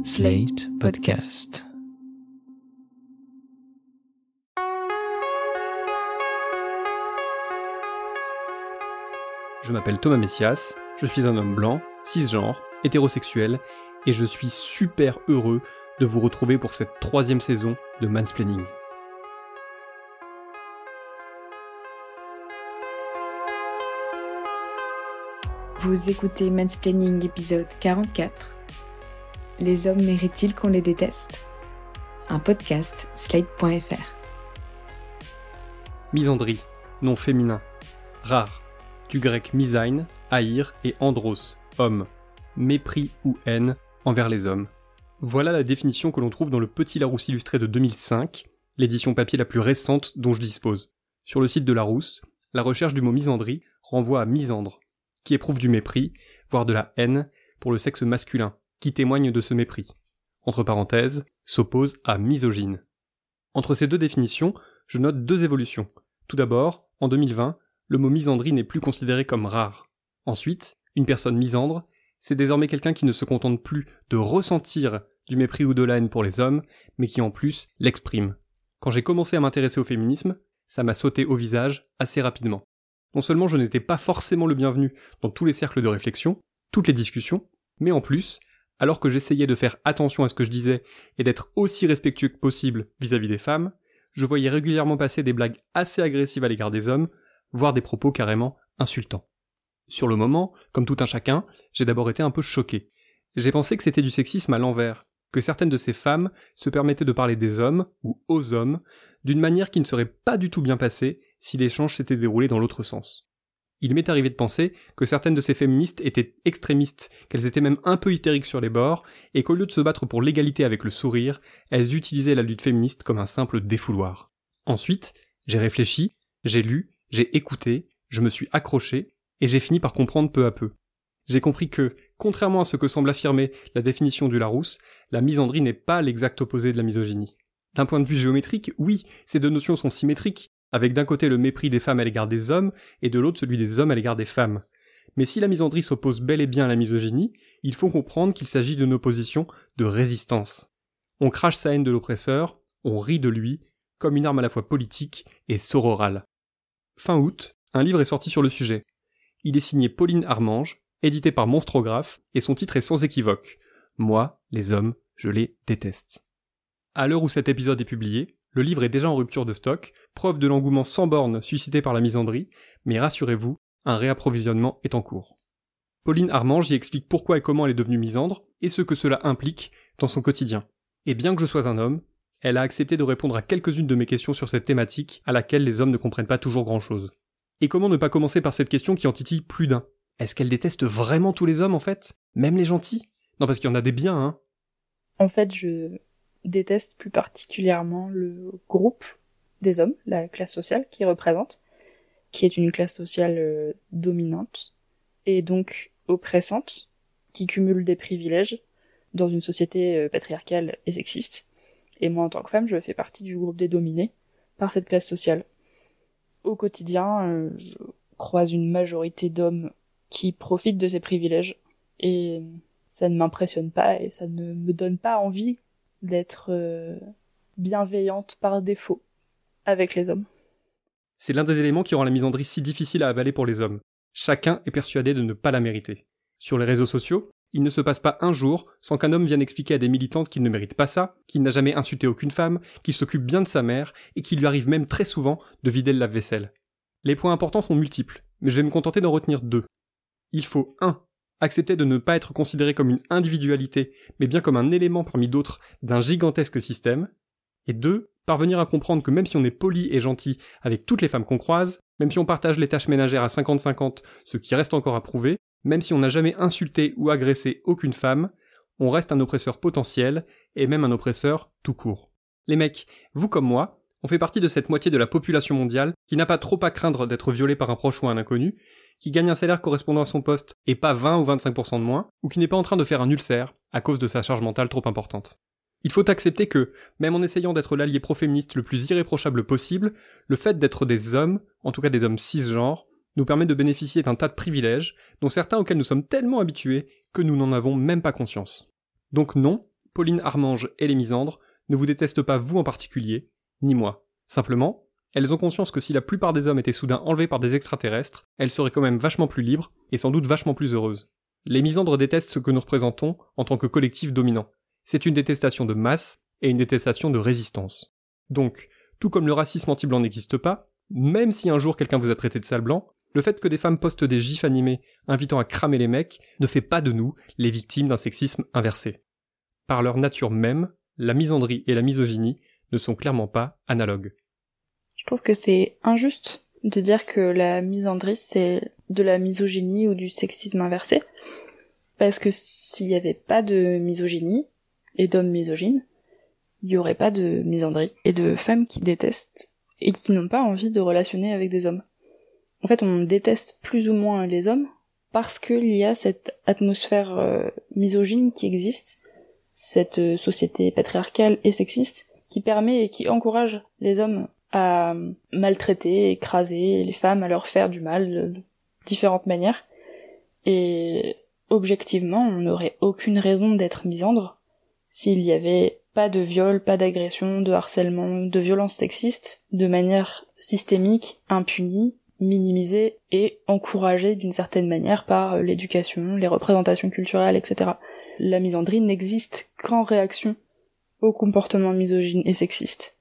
Slate Podcast. Je m'appelle Thomas Messias, je suis un homme blanc, cisgenre, hétérosexuel, et je suis super heureux de vous retrouver pour cette 3e saison de Mansplaining. Vous écoutez Mansplaining épisode 44. Les hommes méritent-ils qu'on les déteste ? Un podcast Slate.fr. Misandrie, nom féminin. Rare, du grec misain, haïr et andros, homme. Mépris ou haine envers les hommes. Voilà la définition que l'on trouve dans le Petit Larousse illustré de 2005, l'édition papier la plus récente dont je dispose. Sur le site de Larousse, la recherche du mot misandrie renvoie à misandre, qui éprouve du mépris, voire de la haine, pour le sexe masculin, qui témoigne de ce mépris. Entre parenthèses, s'oppose à misogyne. Entre ces deux définitions, je note deux évolutions. Tout d'abord, en 2020, le mot misandrie n'est plus considéré comme rare. Ensuite, une personne misandre, c'est désormais quelqu'un qui ne se contente plus de ressentir du mépris ou de la haine pour les hommes, mais qui en plus l'exprime. Quand j'ai commencé à m'intéresser au féminisme, ça m'a sauté au visage assez rapidement. Non seulement je n'étais pas forcément le bienvenu dans tous les cercles de réflexion, toutes les discussions, mais en plus, alors que j'essayais de faire attention à ce que je disais et d'être aussi respectueux que possible vis-à-vis des femmes, je voyais régulièrement passer des blagues assez agressives à l'égard des hommes, voire des propos carrément insultants. Sur le moment, comme tout un chacun, j'ai d'abord été un peu choqué. J'ai pensé que c'était du sexisme à l'envers, que certaines de ces femmes se permettaient de parler des hommes, ou aux hommes, d'une manière qui ne serait pas du tout bien passée si l'échange s'était déroulé dans l'autre sens. Il m'est arrivé de penser que certaines de ces féministes étaient extrémistes, qu'elles étaient même un peu hystériques sur les bords, et qu'au lieu de se battre pour l'égalité avec le sourire, elles utilisaient la lutte féministe comme un simple défouloir. Ensuite, j'ai réfléchi, j'ai lu, j'ai écouté, je me suis accroché, et j'ai fini par comprendre peu à peu. J'ai compris que, contrairement à ce que semble affirmer la définition du Larousse, la misandrie n'est pas l'exact opposé de la misogynie. D'un point de vue géométrique, oui, ces deux notions sont symétriques, avec d'un côté le mépris des femmes à l'égard des hommes, et de l'autre celui des hommes à l'égard des femmes. Mais si la misandrie s'oppose bel et bien à la misogynie, il faut comprendre qu'il s'agit d'une opposition de résistance. On crache sa haine de l'oppresseur, on rit de lui, comme une arme à la fois politique et sororale. Fin août, un livre est sorti sur le sujet. Il est signé Pauline Armange, édité par Monstrographe, et son titre est sans équivoque. Moi, les hommes, je les déteste. À l'heure où cet épisode est publié, le livre est déjà en rupture de stock, preuve de l'engouement sans borne suscité par la misandrie, mais rassurez-vous, un réapprovisionnement est en cours. Pauline Armange y explique pourquoi et comment elle est devenue misandre, et ce que cela implique dans son quotidien. Et bien que je sois un homme, elle a accepté de répondre à quelques-unes de mes questions sur cette thématique à laquelle les hommes ne comprennent pas toujours grand-chose. Et comment ne pas commencer par cette question qui en titille plus d'un ? Est-ce qu'elle déteste vraiment tous les hommes en fait ? Même les gentils ? Non, parce qu'il y en a des biens, hein. En fait, je déteste plus particulièrement le groupe des hommes, la classe sociale qu'ils représentent, qui est une classe sociale dominante et donc oppressante, qui cumule des privilèges dans une société patriarcale et sexiste. Et moi, en tant que femme, je fais partie du groupe des dominés par cette classe sociale. Au quotidien, je croise une majorité d'hommes qui profitent de ces privilèges et ça ne m'impressionne pas et ça ne me donne pas envie d'être bienveillante par défaut avec les hommes. C'est l'un des éléments qui rend la misandrie si difficile à avaler pour les hommes. Chacun est persuadé de ne pas la mériter. Sur les réseaux sociaux, il ne se passe pas un jour sans qu'un homme vienne expliquer à des militantes qu'il ne mérite pas ça, qu'il n'a jamais insulté aucune femme, qu'il s'occupe bien de sa mère et qu'il lui arrive même très souvent de vider le lave-vaisselle. Les points importants sont multiples, mais je vais me contenter d'en retenir 2. Il faut 1. Accepter de ne pas être considéré comme une individualité, mais bien comme un élément parmi d'autres d'un gigantesque système. Et 2. Parvenir à comprendre que même si on est poli et gentil avec toutes les femmes qu'on croise, même si on partage les tâches ménagères à 50-50, ce qui reste encore à prouver, même si on n'a jamais insulté ou agressé aucune femme, on reste un oppresseur potentiel, et même un oppresseur tout court. Les mecs, vous comme moi, on fait partie de cette moitié de la population mondiale qui n'a pas trop à craindre d'être violée par un proche ou un inconnu, qui gagne un salaire correspondant à son poste et pas 20 ou 25% de moins, ou qui n'est pas en train de faire un ulcère à cause de sa charge mentale trop importante. Il faut accepter que, même en essayant d'être l'allié pro-féministe le plus irréprochable possible, le fait d'être des hommes, en tout cas des hommes cisgenres, nous permet de bénéficier d'un tas de privilèges, dont certains auxquels nous sommes tellement habitués que nous n'en avons même pas conscience. Donc non, Pauline Armange et les misandres ne vous détestent pas vous en particulier, ni moi. Simplement, elles ont conscience que si la plupart des hommes étaient soudain enlevés par des extraterrestres, elles seraient quand même vachement plus libres, et sans doute vachement plus heureuses. Les misandres détestent ce que nous représentons en tant que collectif dominant. C'est une détestation de masse et une détestation de résistance. Donc, tout comme le racisme anti-blanc n'existe pas, même si un jour quelqu'un vous a traité de sale blanc, le fait que des femmes postent des gifs animés invitant à cramer les mecs ne fait pas de nous les victimes d'un sexisme inversé. Par leur nature même, la misandrie et la misogynie ne sont clairement pas analogues. Je trouve que c'est injuste de dire que la misandrie c'est de la misogynie ou du sexisme inversé, parce que s'il n'y avait pas de misogynie et d'hommes misogynes, il n'y aurait pas de misandrie et de femmes qui détestent et qui n'ont pas envie de relationner avec des hommes. En fait, on déteste plus ou moins les hommes parce qu'il y a cette atmosphère misogyne qui existe, cette société patriarcale et sexiste qui permet et qui encourage les hommes à maltraiter, écraser les femmes, à leur faire du mal de différentes manières. Et objectivement, on n'aurait aucune raison d'être misandre s'il y avait pas de viol, pas d'agression, de harcèlement, de violence sexiste de manière systémique, impunie, minimisée et encouragée d'une certaine manière par l'éducation, les représentations culturelles, etc. La misandrie n'existe qu'en réaction au comportement misogyne et sexiste.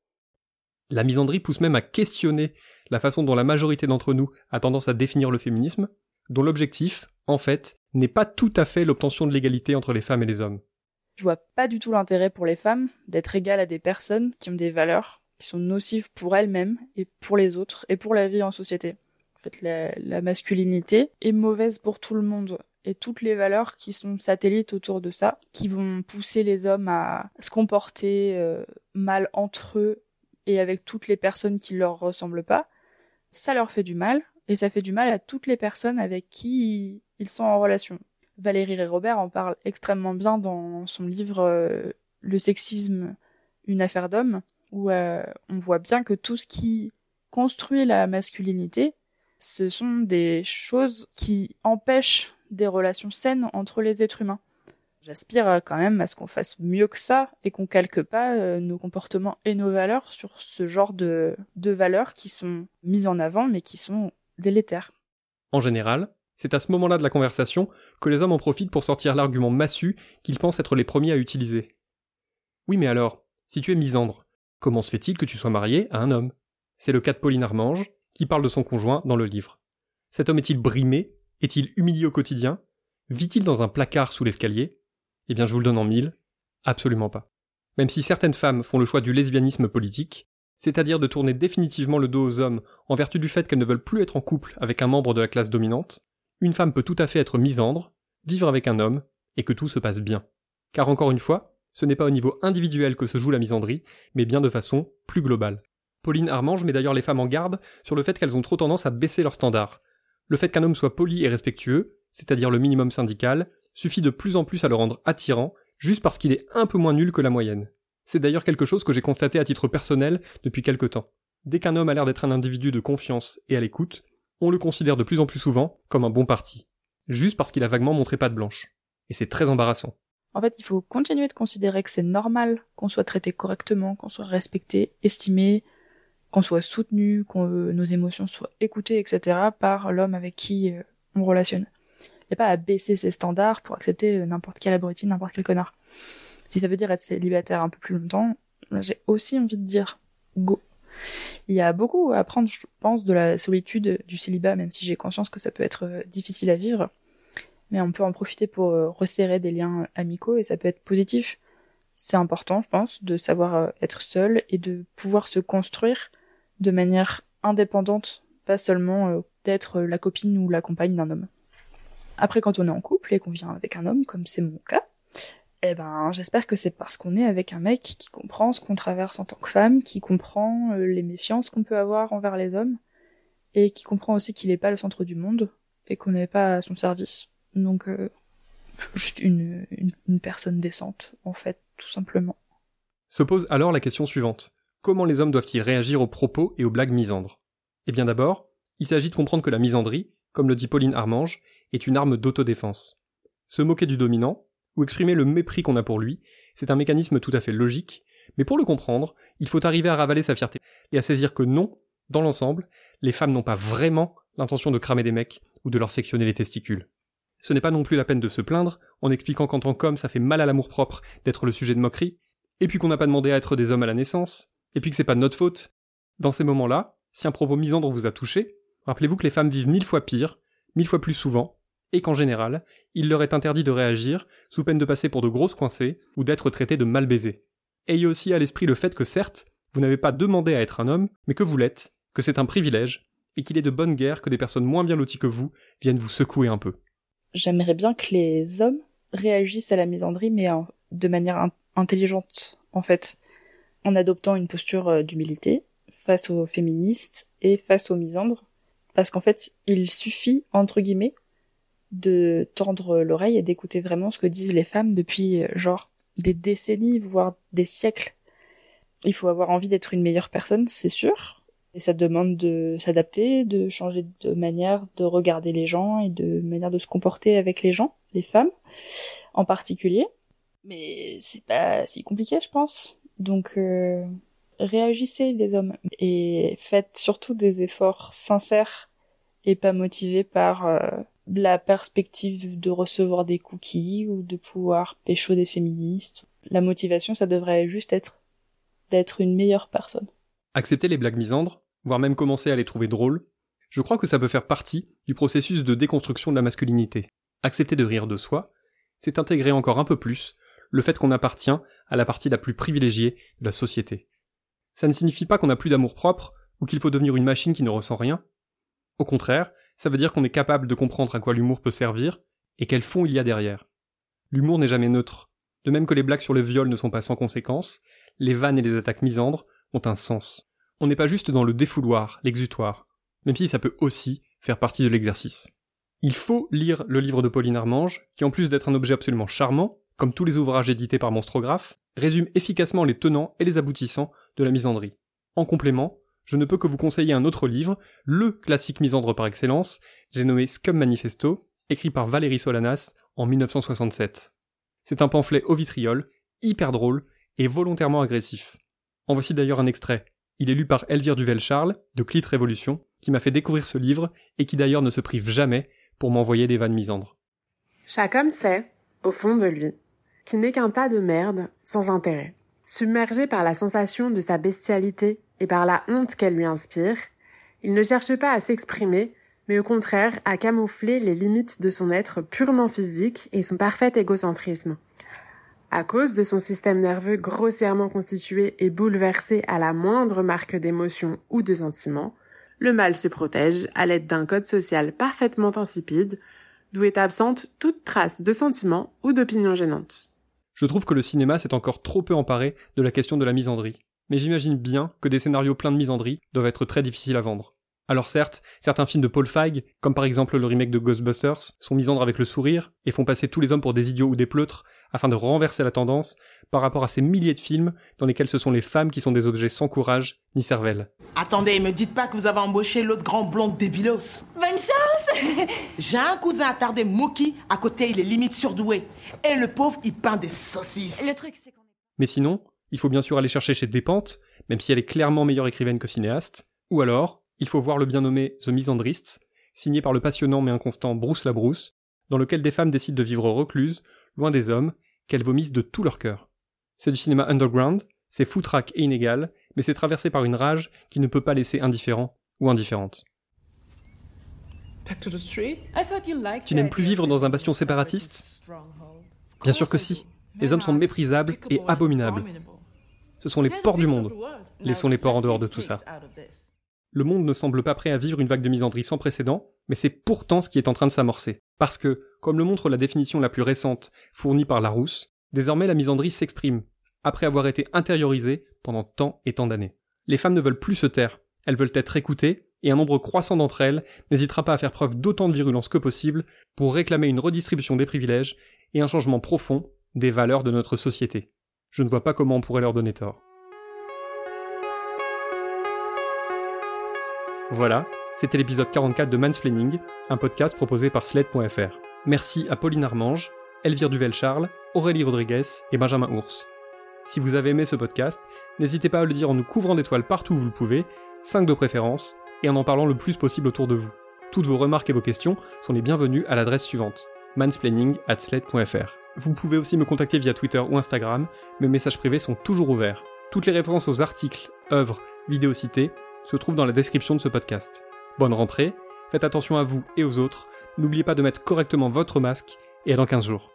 La misandrie pousse même à questionner la façon dont la majorité d'entre nous a tendance à définir le féminisme, dont l'objectif, en fait, n'est pas tout à fait l'obtention de l'égalité entre les femmes et les hommes. Je vois pas du tout l'intérêt pour les femmes d'être égales à des personnes qui ont des valeurs qui sont nocives pour elles-mêmes et pour les autres et pour la vie en société. En fait, la masculinité est mauvaise pour tout le monde. Et toutes les valeurs qui sont satellites autour de ça, qui vont pousser les hommes à se comporter mal entre eux et avec toutes les personnes qui leur ressemblent pas, ça leur fait du mal, et ça fait du mal à toutes les personnes avec qui ils sont en relation. Valérie Rey-Robert en parle extrêmement bien dans son livre Le sexisme, une affaire d'homme, où on voit bien que tout ce qui construit la masculinité, ce sont des choses qui empêchent des relations saines entre les êtres humains. J'aspire quand même à ce qu'on fasse mieux que ça et qu'on calque pas nos comportements et nos valeurs sur ce genre de valeurs qui sont mises en avant mais qui sont délétères. En général, c'est à ce moment-là de la conversation que les hommes en profitent pour sortir l'argument massu qu'ils pensent être les premiers à utiliser. Oui, mais alors, si tu es misandre, comment se fait-il que tu sois marié à un homme ? C'est le cas de Pauline Armange, qui parle de son conjoint dans le livre. Cet homme est-il brimé ? Est-il humilié au quotidien ? Vit-il dans un placard sous l'escalier ? Eh bien, je vous le donne en mille, absolument pas. Même si certaines femmes font le choix du lesbianisme politique, c'est-à-dire de tourner définitivement le dos aux hommes en vertu du fait qu'elles ne veulent plus être en couple avec un membre de la classe dominante, une femme peut tout à fait être misandre, vivre avec un homme, et que tout se passe bien. Car encore une fois, ce n'est pas au niveau individuel que se joue la misandrie, mais bien de façon plus globale. Pauline Armange met d'ailleurs les femmes en garde sur le fait qu'elles ont trop tendance à baisser leurs standards. Le fait qu'un homme soit poli et respectueux, c'est-à-dire le minimum syndical, suffit de plus en plus à le rendre attirant, juste parce qu'il est un peu moins nul que la moyenne. C'est d'ailleurs quelque chose que j'ai constaté à titre personnel depuis quelque temps. Dès qu'un homme a l'air d'être un individu de confiance et à l'écoute, on le considère de plus en plus souvent comme un bon parti, juste parce qu'il a vaguement montré patte blanche. Et c'est très embarrassant. En fait, il faut continuer de considérer que c'est normal qu'on soit traité correctement, qu'on soit respecté, estimé, qu'on soit soutenu, que nos émotions soient écoutées, etc. par l'homme avec qui on relationne. Et pas à baisser ses standards pour accepter n'importe quel abruti, n'importe quel connard. Si ça veut dire être célibataire un peu plus longtemps, j'ai aussi envie de dire go. Il y a beaucoup à apprendre, je pense, de la solitude du célibat, même si j'ai conscience que ça peut être difficile à vivre. Mais on peut en profiter pour resserrer des liens amicaux et ça peut être positif. C'est important, je pense, de savoir être seul et de pouvoir se construire de manière indépendante, pas seulement d'être la copine ou la compagne d'un homme. Après, quand on est en couple et qu'on vient avec un homme, comme c'est mon cas, j'espère que c'est parce qu'on est avec un mec qui comprend ce qu'on traverse en tant que femme, qui comprend les méfiances qu'on peut avoir envers les hommes, et qui comprend aussi qu'il n'est pas le centre du monde, et qu'on n'est pas à son service. Donc, juste une personne décente, en fait, tout simplement. Se pose alors la question suivante. Comment les hommes doivent-ils réagir aux propos et aux blagues misandres ? Eh bien d'abord, il s'agit de comprendre que la misandrie, comme le dit Pauline Armange, est une arme d'autodéfense. Se moquer du dominant, ou exprimer le mépris qu'on a pour lui, c'est un mécanisme tout à fait logique, mais pour le comprendre, il faut arriver à ravaler sa fierté et à saisir que non, dans l'ensemble, les femmes n'ont pas vraiment l'intention de cramer des mecs ou de leur sectionner les testicules. Ce n'est pas non plus la peine de se plaindre en expliquant qu'en tant qu'homme ça fait mal à l'amour-propre d'être le sujet de moquerie, et puis qu'on n'a pas demandé à être des hommes à la naissance, et puis que c'est pas de notre faute. Dans ces moments-là, si un propos misandre vous a touché, rappelez-vous que les femmes vivent 1000 fois pire, 1000 fois plus souvent, et qu'en général, il leur est interdit de réagir, sous peine de passer pour de grosses coincées, ou d'être traitées de mal baisées. Ayez aussi à l'esprit le fait que certes, vous n'avez pas demandé à être un homme, mais que vous l'êtes, que c'est un privilège, et qu'il est de bonne guerre que des personnes moins bien loties que vous viennent vous secouer un peu. J'aimerais bien que les hommes réagissent à la misandrie, mais de manière intelligente, en fait, en adoptant une posture d'humilité face aux féministes et face aux misandres, parce qu'en fait, il suffit, entre guillemets, de tendre l'oreille et d'écouter vraiment ce que disent les femmes depuis, des décennies, voire des siècles. Il faut avoir envie d'être une meilleure personne, c'est sûr, et ça demande de s'adapter, de changer de manière de regarder les gens et de manière de se comporter avec les gens, les femmes en particulier. Mais c'est pas si compliqué, je pense. Donc, réagissez les hommes et faites surtout des efforts sincères et pas motivés par la perspective de recevoir des cookies ou de pouvoir pécho des féministes. La motivation, ça devrait juste être d'être une meilleure personne. Accepter les blagues misandres, voire même commencer à les trouver drôles, je crois que ça peut faire partie du processus de déconstruction de la masculinité. Accepter de rire de soi, c'est intégrer encore un peu plus le fait qu'on appartient à la partie la plus privilégiée de la société. Ça ne signifie pas qu'on n'a plus d'amour-propre ou qu'il faut devenir une machine qui ne ressent rien. Au contraire, ça veut dire qu'on est capable de comprendre à quoi l'humour peut servir et quel fond il y a derrière. L'humour n'est jamais neutre. De même que les blagues sur le viol ne sont pas sans conséquences, les vannes et les attaques misandres ont un sens. On n'est pas juste dans le défouloir, l'exutoire, même si ça peut aussi faire partie de l'exercice. Il faut lire le livre de Pauline Armange, qui en plus d'être un objet absolument charmant, comme tous les ouvrages édités par Monstrographe, résume efficacement les tenants et les aboutissants de la misandrie. En complément, je ne peux que vous conseiller un autre livre, le classique misandre par excellence, j'ai nommé Scum Manifesto, écrit par Valérie Solanas en 1967. C'est un pamphlet au vitriol, hyper drôle et volontairement agressif. En voici d'ailleurs un extrait. Il est lu par Elvire Duvel-Charles, de Clit Révolution, qui m'a fait découvrir ce livre et qui d'ailleurs ne se prive jamais pour m'envoyer des vannes misandres. Chaque homme sait, au fond de lui, qu'il n'est qu'un tas de merde sans intérêt. Submergé par la sensation de sa bestialité et par la honte qu'elle lui inspire, il ne cherche pas à s'exprimer, mais au contraire à camoufler les limites de son être purement physique et son parfait égocentrisme. À cause de son système nerveux grossièrement constitué et bouleversé à la moindre marque d'émotion ou de sentiment, le mâle se protège à l'aide d'un code social parfaitement insipide, d'où est absente toute trace de sentiment ou d'opinion gênante. Je trouve que le cinéma s'est encore trop peu emparé de la question de la misandrie, mais j'imagine bien que des scénarios pleins de misandrie doivent être très difficiles à vendre. Alors certes, certains films de Paul Feig, comme par exemple le remake de Ghostbusters, sont misandres avec le sourire et font passer tous les hommes pour des idiots ou des pleutres afin de renverser la tendance par rapport à ces milliers de films dans lesquels ce sont les femmes qui sont des objets sans courage ni cervelle. Attendez, me dites pas que vous avez embauché l'autre grand blond débilos. Bonne chance. J'ai un cousin attardé Mookie, à côté il est limite surdoué. Et le pauvre, il peint des saucisses. Le truc, c'est qu'on est... Mais sinon, il faut bien sûr aller chercher chez Despentes, même si elle est clairement meilleure écrivaine que cinéaste, ou alors, il faut voir le bien nommé The Misandrists, signé par le passionnant mais inconstant Bruce Labrousse, dans lequel des femmes décident de vivre recluses, loin des hommes, qu'elles vomissent de tout leur cœur. C'est du cinéma underground, c'est foutraque et inégal, mais c'est traversé par une rage qui ne peut pas laisser indifférent ou indifférente. Tu n'aimes plus vivre dans un bastion séparatiste ? Bien sûr que si. Les hommes sont méprisables et abominables. Ce sont les porcs du monde. Laissons les porcs en dehors de tout ça. Le monde ne semble pas prêt à vivre une vague de misandrie sans précédent, mais c'est pourtant ce qui est en train de s'amorcer. Parce que, comme le montre la définition la plus récente, fournie par Larousse, désormais la misandrie s'exprime, après avoir été intériorisée pendant tant et tant d'années. Les femmes ne veulent plus se taire, elles veulent être écoutées, et un nombre croissant d'entre elles n'hésitera pas à faire preuve d'autant de virulence que possible pour réclamer une redistribution des privilèges et un changement profond des valeurs de notre société. Je ne vois pas comment on pourrait leur donner tort. Voilà, c'était l'épisode 44 de Mansplaining, un podcast proposé par Slate.fr. Merci à Pauline Armange, Elvire Duvel-Charles, Aurélie Rodriguez et Benjamin Ours. Si vous avez aimé ce podcast, n'hésitez pas à le dire en nous couvrant d'étoiles partout où vous le pouvez, 5 de préférence, et en parlant le plus possible autour de vous. Toutes vos remarques et vos questions sont les bienvenues à l'adresse suivante, mansplaining@slate.fr. Vous pouvez aussi me contacter via Twitter ou Instagram, mes messages privés sont toujours ouverts. Toutes les références aux articles, œuvres, vidéos citées se trouvent dans la description de ce podcast. Bonne rentrée, faites attention à vous et aux autres, n'oubliez pas de mettre correctement votre masque, et à dans 15 jours.